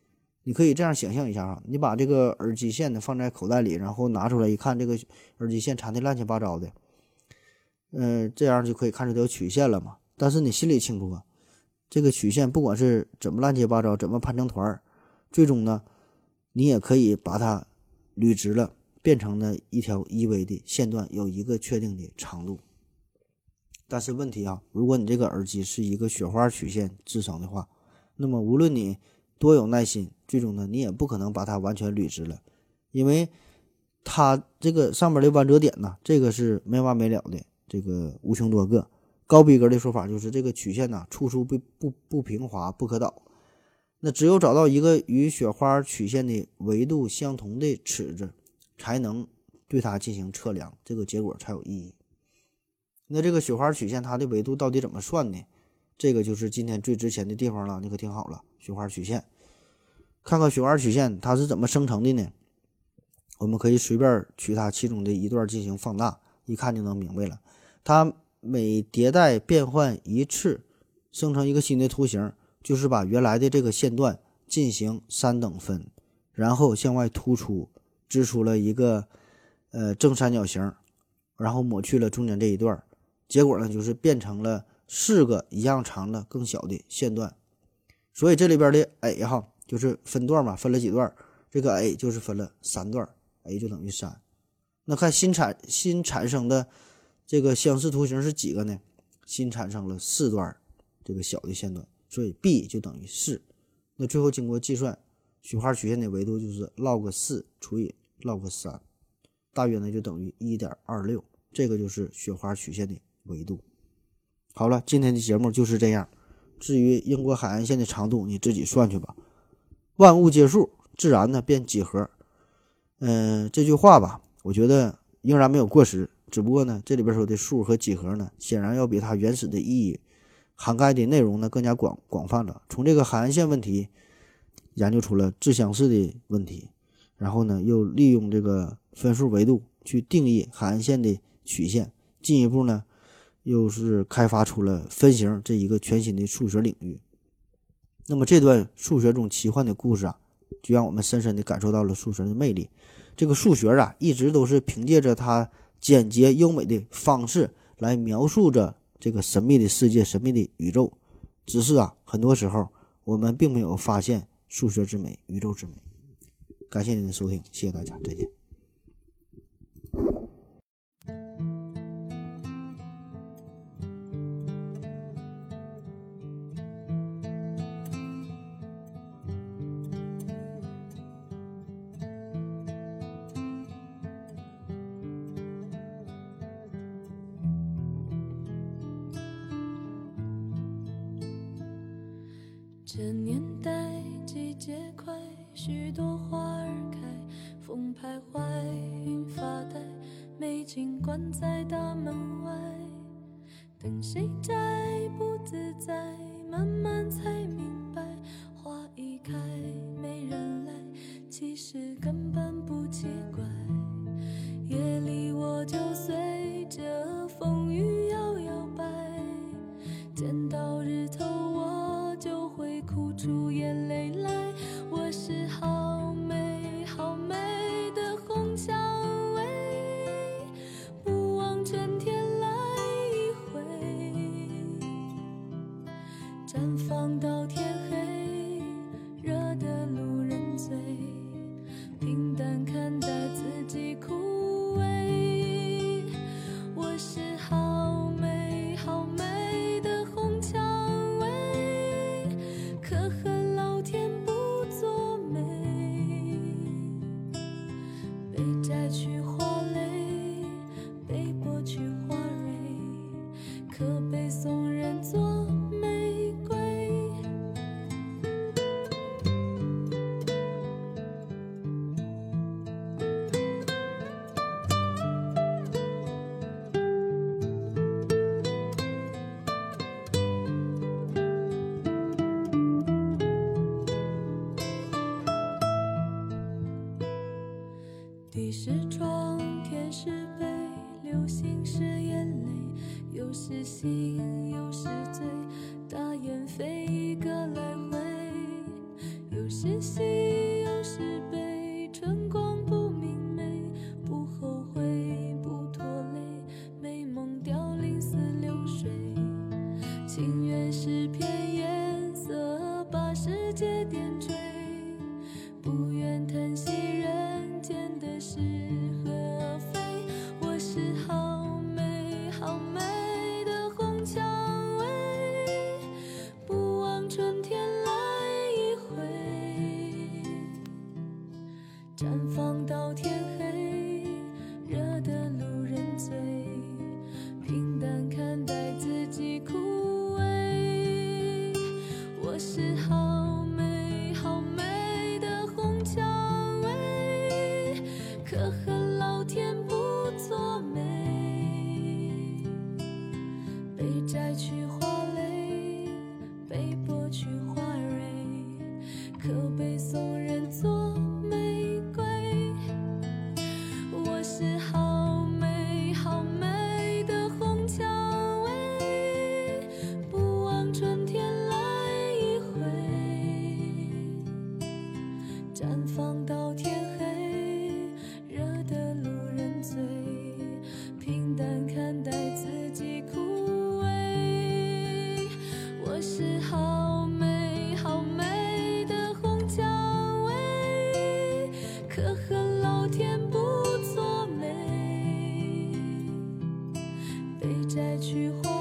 你可以这样想象一下你把这个耳机线呢放在口袋里，然后拿出来一看，这个耳机线缠的乱七八糟的，这样就可以看出有曲线了嘛。但是你心里清楚啊，这个曲线不管是怎么乱七八糟，怎么盘成团儿，最终呢，你也可以把它捋直了，变成了一条一维的线段，有一个确定的长度。但是问题如果你这个耳机是一个雪花曲线制成的话，那么无论你多有耐心，最终呢，你也不可能把它完全捋直了，因为它这个上面的弯折点呢，这个是没完没了的，这个无穷多个。高逼格的说法就是这个曲线呢，处处不平滑，不可导。那只有找到一个与雪花曲线的维度相同的尺子，才能对它进行测量，这个结果才有意义。那这个雪花曲线它的维度到底怎么算呢？这个就是今天最值钱的地方了，你可听好了，雪花曲线。看看雪花曲线它是怎么生成的呢？我们可以随便取它其中的一段进行放大，一看就能明白了。它每迭代变换一次，生成一个新的图形，就是把原来的这个线段进行3等分，然后向外突出，织出了一个正三角形，然后抹去了中间这一段，结果呢就是变成了4个一样长的更小的线段。所以这里边的 A 就是分段嘛，分了几段，这个 A 就是分了3段， A 就等于3。那看新产生的这个相似图形是几个呢？新产生了4段这个小的线段，所以 B 就等于4。那最后经过计算，雪花曲线的维度就是 log4 除以 log3， 大约呢就等于 1.26， 这个就是雪花曲线的维度。好了，今天的节目就是这样。至于英国海岸线的长度，你自己算去吧。万物皆数，自然呢便几何。这句话吧，我觉得仍然没有过时，只不过呢，这里边说的数和几何呢，显然要比它原始的意义涵盖的内容呢更加广泛了。从这个海岸线问题研究出了自相似的问题，然后呢，又利用这个分数维度去定义海岸线的曲线，进一步呢，又是开发出了分形这一个全新的数学领域。那么这段数学中奇幻的故事就让我们深深地感受到了数学的魅力。这个数学一直都是凭借着它简洁优美的方式来描述着这个神秘的世界、神秘的宇宙。只是很多时候我们并没有发现数学之美、宇宙之美。感谢您的收听，谢谢大家，再见。 这年代季节快，许多花儿开，风徘徊，云发呆，美景关在大门外，等谁摘不自在，慢慢才明白，花一开没人来，其实根本不奇怪。夜里我就随着风雨摇摇摆，见到日头我就会哭出眼泪来。我是好美好美的红蔷薇，不忘春天来一回，绽放到天黑，惹得路人醉，平淡看待自己枯萎。我是好美好美的红蔷薇，可恨老天不作美，被摘去花蕾，被剥去花蕊，可被送人做玫瑰。 界点缀，不愿叹息人间的是和非。我是好美好美的红蔷薇，不枉春天来一回，绽放到天黑，惹得路人醉，平淡看待自己枯萎。我是好美好美的红蔷薇，可恨老天不作美，被摘去花蕾，被剥去花蕊，可被送人做玫瑰。我是好美好美的红蔷薇，不枉春天来一回，绽放到天黑，惹得路人醉，平淡看待自己枯萎。我是好美好美的红蔷薇，可恨老天不作美，被摘去花